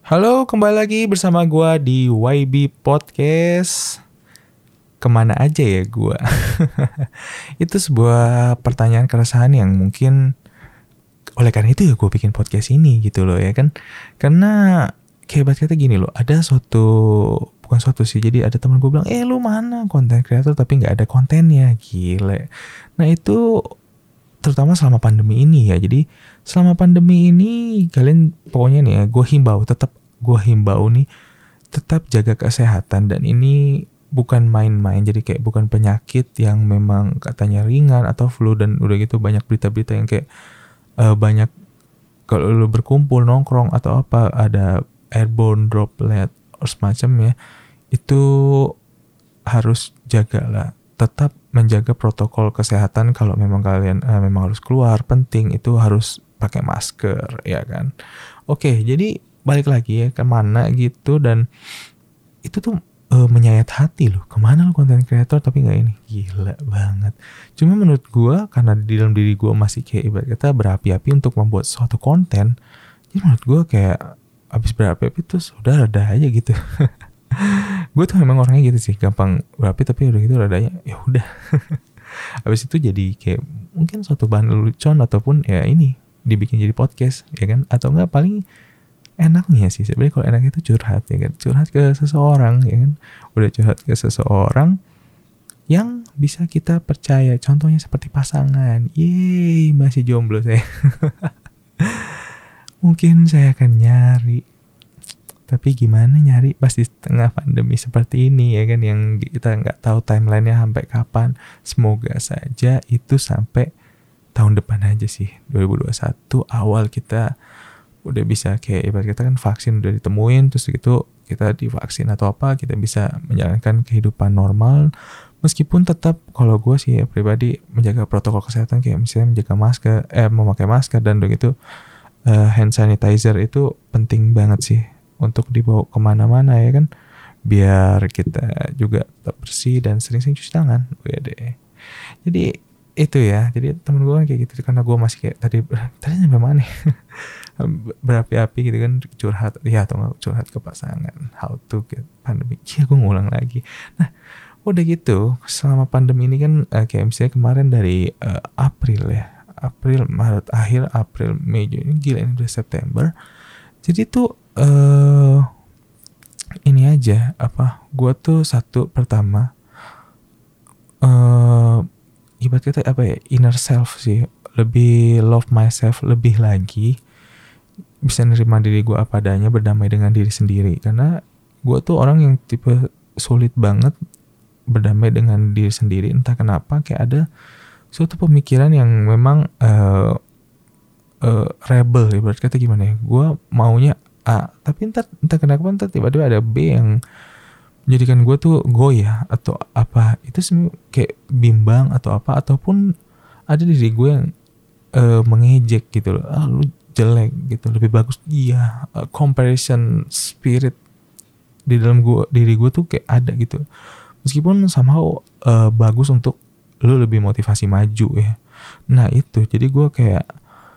Halo, kembali lagi bersama gua di YB Podcast. Kemana aja ya gua? Itu sebuah pertanyaan keresahan yang mungkin oleh karena itu ya gue bikin podcast ini gitu loh ya kan. Karena kayak kata gini loh, ada bukan suatu sih, jadi ada teman gue bilang, lu mana konten kreator tapi nggak ada kontennya, gile. Nah itu terutama selama pandemi ini ya. Jadi selama pandemi ini kalian pokoknya nih ya, gue himbau nih tetap jaga kesehatan, dan ini bukan main-main. Jadi kayak bukan penyakit yang memang katanya ringan atau flu, dan udah gitu banyak berita-berita yang kayak banyak kalau lu berkumpul nongkrong atau apa ada airborne droplet atau semacamnya, itu harus jaga lah, tetap menjaga protokol kesehatan. Kalau memang kalian memang harus keluar penting, itu harus pakai masker ya kan. Oke, jadi balik lagi ya kemana gitu, dan itu tuh menyayat hati loh, kemana lo konten kreator tapi nggak ini, gila banget. Cuma menurut gue karena di dalam diri gue masih kayak ibarat kata berapi-api untuk membuat suatu konten, jadi menurut gue kayak abis berapi-api terus udah reda aja gitu. Gue tuh memang orangnya gitu sih, gampang berapi tapi udah gitu redanya ya udah. Abis itu jadi kayak mungkin suatu bahan lelucon ataupun ya ini dibikin jadi podcast ya kan, atau enggak paling enaknya sih sebenarnya kalau enaknya itu curhat ya kan, curhat ke seseorang ya kan, udah curhat ke seseorang yang bisa kita percaya, contohnya seperti pasangan. Yeay, masih jomblo saya. Mungkin saya akan nyari, tapi gimana nyari pas di tengah pandemi seperti ini ya kan, yang kita nggak tahu timelinenya sampai kapan. Semoga saja itu sampai tahun depan aja sih, 2021 awal kita udah bisa kayak ibarat kita kan vaksin udah ditemuin, terus gitu kita divaksin atau apa, kita bisa menjalankan kehidupan normal. Meskipun tetap kalau gue sih ya pribadi menjaga protokol kesehatan, kayak misalnya menjaga masker, memakai masker, dan udah gitu hand sanitizer itu penting banget sih untuk dibawa kemana-mana ya kan, biar kita juga tetap bersih dan sering-sering cuci tangan. Deh. Jadi itu ya, jadi temen gue kayak gitu, karena gue masih kayak tadi sampai mana berapi-api gitu kan, curhat ya, atau nggak curhat ke pasangan, how to get pandemi. Iya, gue ngulang lagi. Nah udah gitu selama pandemi ini kan kayak misalnya kemarin dari April, Maret akhir, April, Mei, Juni, gila ini udah September. Jadi tuh ini aja gue tuh pertama ibarat kata inner self sih, lebih love myself lebih lagi, bisa nerima diri gue apa adanya, berdamai dengan diri sendiri. Karena gue tuh orang yang tipe sulit banget berdamai dengan diri sendiri, entah kenapa kayak ada suatu pemikiran yang memang rebel, ibarat kata gimana ya, gue maunya A, tapi entah kenapa tiba-tiba ada B yang menjadikan gue tuh goyah atau apa. Itu kayak bimbang atau apa, ataupun ada diri gue yang mengejek gitu loh, lu jelek gitu, lebih bagus dia. Comparison spirit di dalam diri gue tuh kayak ada gitu, meskipun somehow bagus untuk lu lebih motivasi maju ya. Nah itu jadi gue kayak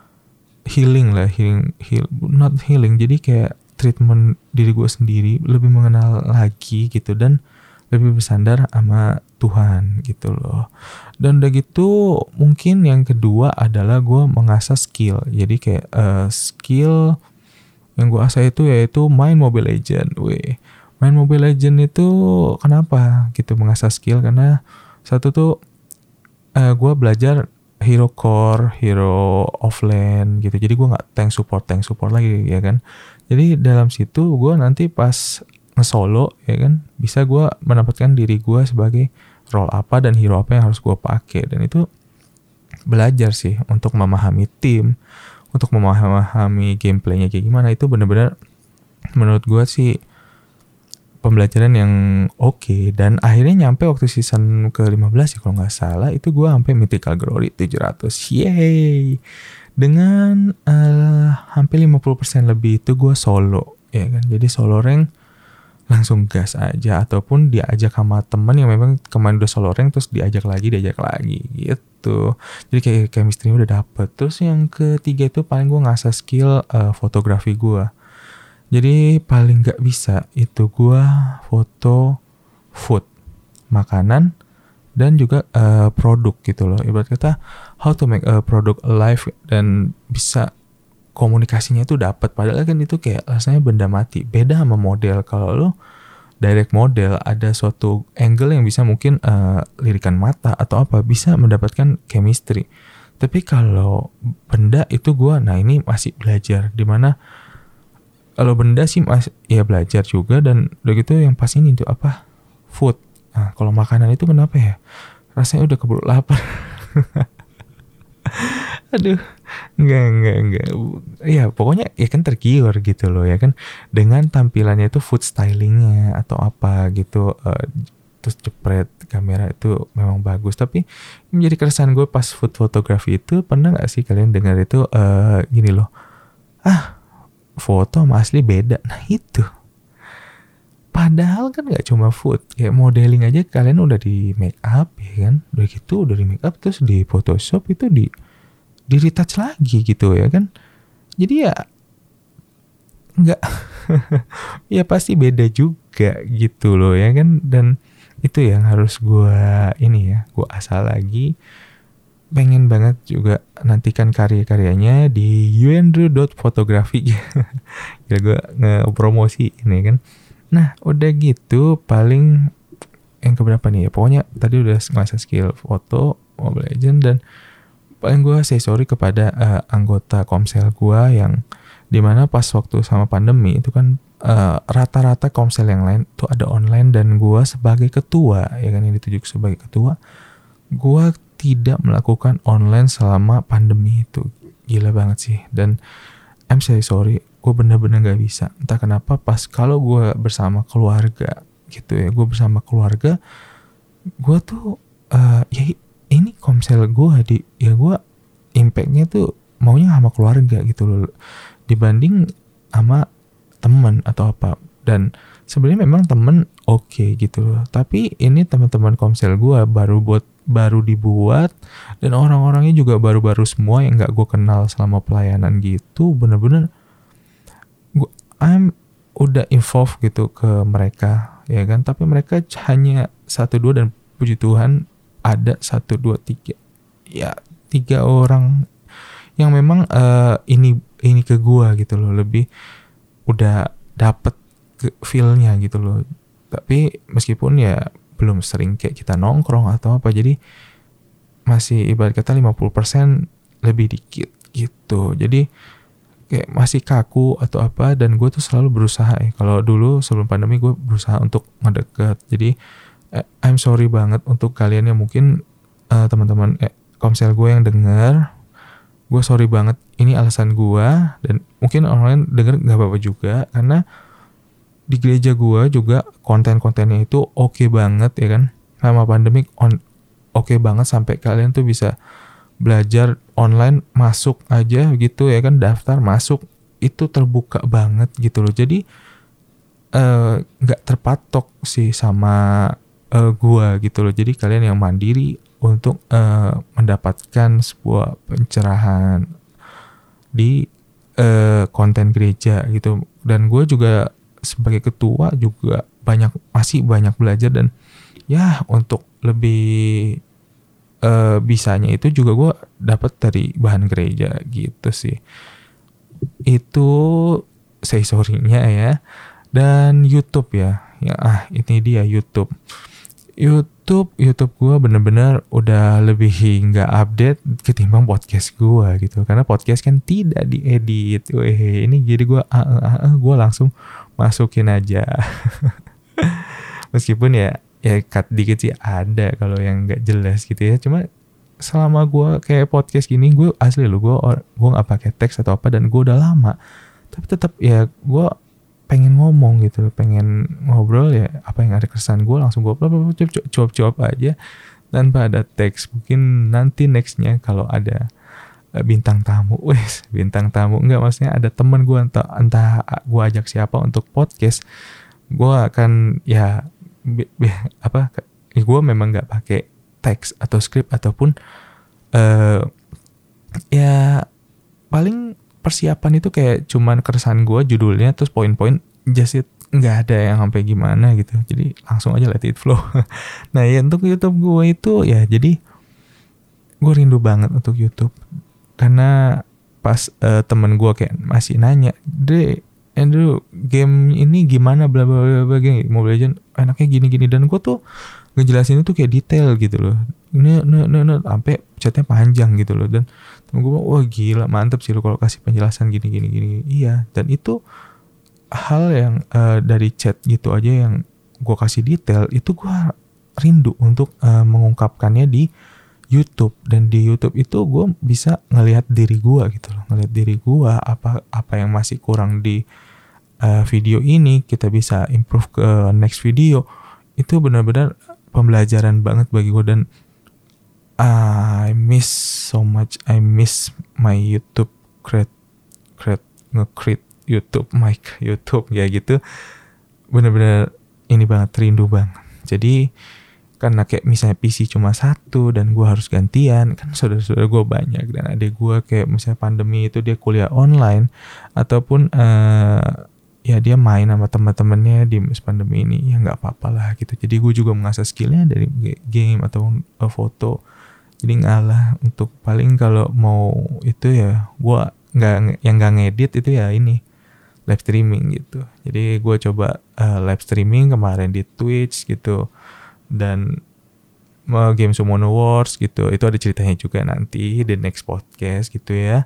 not healing, jadi kayak treatment diri gue sendiri, lebih mengenal lagi gitu, dan lebih bersandar sama Tuhan gitu loh. Dan udah gitu mungkin yang kedua adalah gue mengasah skill. Jadi kayak skill yang gue asah itu yaitu main Mobile Legend. Main Mobile Legend itu kenapa gitu mengasah skill, karena satu tuh gue belajar hero core, hero offlane gitu. Jadi gue nggak tank support lagi ya kan. Jadi dalam situ gue nanti pas nge-solo ya kan, bisa gue mendapatkan diri gue sebagai role apa dan hero apa yang harus gue pakai. Dan itu belajar sih untuk memahami tim, untuk memahami gameplaynya kayak gimana. Itu benar-benar menurut gue sih pembelajaran yang oke. Dan akhirnya nyampe waktu season ke-15 ya kalau nggak salah, itu gue sampai Mythical Glory 700. Yeay. Dengan hampir 50% lebih itu gue solo ya kan. Jadi solo rank langsung gas aja, ataupun diajak sama teman yang memang kemarin udah solo rank terus diajak lagi gitu. Jadi kayak chemistry udah dapet. Terus yang ketiga itu paling gue ngasah skill fotografi gue. Jadi paling gak bisa itu gue foto food, makanan, dan juga produk gitu loh. Ibarat kata how to make a product alive dan bisa komunikasinya itu dapat. Padahal kan itu kayak rasanya benda mati. Beda sama model. Kalau lo direct model ada suatu angle yang bisa mungkin lirikan mata atau apa bisa mendapatkan chemistry. Tapi kalau benda itu nah ini masih belajar. Dimana kalau benda sih ya belajar juga, dan udah gitu yang pas ini tuh apa food. Nah, kalau makanan itu kenapa ya? Rasanya udah keburu lapar. Aduh, enggak. Ya pokoknya ya kan tergiur gitu loh ya kan. Dengan tampilannya itu food stylingnya atau apa gitu. Terus jepret kamera itu memang bagus. Tapi menjadi keresahan gue pas food photography itu, pernah gak sih kalian dengar itu gini loh. Foto sama asli beda. Nah itu. Padahal kan gak cuma food, kayak modeling aja kalian udah di make up ya kan, udah gitu udah di make up terus di Photoshop itu di retouch lagi gitu ya kan. Jadi ya nggak ya pasti beda juga gitu loh ya kan. Dan itu yang harus gue asah lagi. Pengen banget juga nantikan karya-karyanya di yuendro.photography. Ya gue nge-promosi ini kan. Nah udah gitu paling yang keberapa nih ya, pokoknya tadi udah ngasih skill foto Mobile Legends, dan paling gue say sorry kepada anggota komsel gue yang dimana pas waktu sama pandemi itu kan rata-rata komsel yang lain tuh ada online, dan gue sebagai ketua ya kan, yang ditunjuk sebagai ketua, gue tidak melakukan online selama pandemi itu. Gila banget sih. Dan I'm sorry, gue bener-bener gak bisa. Entah kenapa pas kalau gue bersama keluarga gitu ya, gue bersama keluarga, gue tuh ya ini komsel gue gue impactnya tuh maunya sama keluarga gitu loh, dibanding sama teman atau apa. Dan sebenarnya memang temen oke gitu loh, tapi ini teman-teman komsel gue baru dibuat, dan orang-orangnya juga baru-baru semua yang nggak gue kenal selama pelayanan gitu. Bener-bener I'm udah involved gitu ke mereka ya kan, tapi mereka hanya 1-2, dan puji Tuhan ada 1-2-3 ya 3 orang yang memang ini ke gue gitu loh, lebih udah dapet feel-nya gitu loh. Tapi meskipun ya belum sering kayak kita nongkrong atau apa, jadi masih ibarat kata 50% lebih dikit gitu. Jadi kayak masih kaku atau apa, dan gue tuh selalu berusaha kalau dulu sebelum pandemi gue berusaha untuk ngedeket. Jadi I'm sorry banget untuk kalian yang mungkin teman-teman komsel gue yang denger, gue sorry banget, ini alasan gue, dan mungkin orang lain denger gak apa-apa juga, karena di gereja gue juga konten-kontennya itu oke banget ya kan, sama pandemik oke banget, sampai kalian tuh bisa belajar online, masuk aja gitu ya kan, daftar masuk itu terbuka banget gitu loh. Jadi gak terpatok sih sama gua gitu loh. Jadi kalian yang mandiri untuk mendapatkan sebuah pencerahan di konten gereja gitu. Dan gue juga sebagai ketua juga masih banyak belajar, dan ya untuk lebih bisanya itu juga gue dapat dari bahan gereja gitu sih. Itu say sorry-nya ya. Dan YouTube ya ini dia YouTube gue bener-bener udah lebih nggak update ketimbang podcast gue gitu, karena podcast kan tidak diedit. Ini jadi gue langsung masukin aja. Meskipun ya cut dikit sih ada kalau yang nggak jelas gitu ya. Cuma selama gue kayak podcast gini, gue asli loh, gue nggak pakai teks atau apa, dan gue udah lama, tapi tetap ya gue pengen ngomong gitu, pengen ngobrol ya, apa yang ada keresahan gue langsung gue jawab aja tanpa ada teks. Mungkin nanti nextnya kalau ada bintang tamu, bintang tamu enggak, maksudnya ada teman gue, entah gue ajak siapa untuk podcast, gue akan ya gue memang nggak pakai teks atau skrip ataupun ya paling persiapan itu kayak cuman keresahan gue judulnya terus poin-poin just it, nggak ada yang sampai gimana gitu, jadi langsung aja let it flow. Nah ya untuk YouTube gue itu ya, jadi gue rindu banget untuk YouTube karena pas temen gue kayak masih nanya, Andrew game ini gimana bla bla bla bla, Mobile Legends enaknya gini-gini, dan gue tuh ngejelasin itu kayak detail gitu loh, ini sampai chatnya panjang gitu loh, dan temen gue bilang, wah gila mantep sih lo kalau kasih penjelasan gini. Iya, dan itu hal yang dari chat gitu aja yang gue kasih detail, itu gue rindu untuk mengungkapkannya di YouTube. Dan di YouTube itu gue bisa ngelihat diri gue gitu loh, ngelihat diri gue apa yang masih kurang di video ini, kita bisa improve ke next video. Itu benar-benar pembelajaran banget bagi gue, dan I miss so much. I miss my YouTube nge-create YouTube, YouTube ya gitu. Bener-bener ini banget, rindu banget. Jadi karena kayak misalnya PC cuma satu dan gue harus gantian, kan saudara-saudara gue banyak, dan adik gue kayak misalnya pandemi itu dia kuliah online ataupun ya dia main sama teman-temannya di pandemi ini, ya nggak apa-apa lah gitu. Jadi gue juga mengasah skillnya dari game atau foto. Jadi ngalah untuk paling kalau mau itu ya gue nggak ngedit itu ya ini live streaming gitu. Jadi gue coba live streaming kemarin di Twitch gitu, dan game Sumono Wars gitu. Itu ada ceritanya juga nanti di next podcast gitu ya.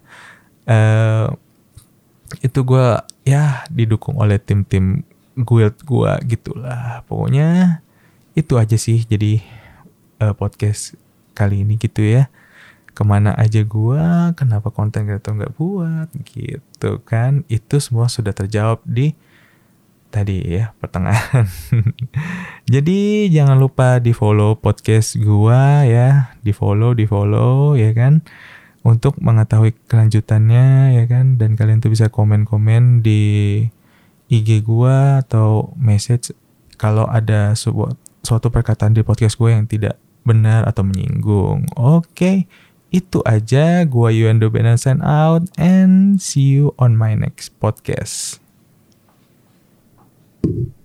Itu gue ya didukung oleh tim-tim guild gue gitulah. Pokoknya itu aja sih jadi podcast kali ini gitu ya. Kemana aja gue, kenapa konten kreator nggak buat gitu kan. Itu semua sudah terjawab di tadi ya pertengahan. Jadi jangan lupa di follow podcast gua ya, di follow ya kan, untuk mengetahui kelanjutannya ya kan. Dan kalian tuh bisa komen-komen di IG gua atau message kalau ada suatu perkataan di podcast gua yang tidak benar atau menyinggung. Oke, itu aja. Gua Yuendo Benan sign out and see you on my next podcast.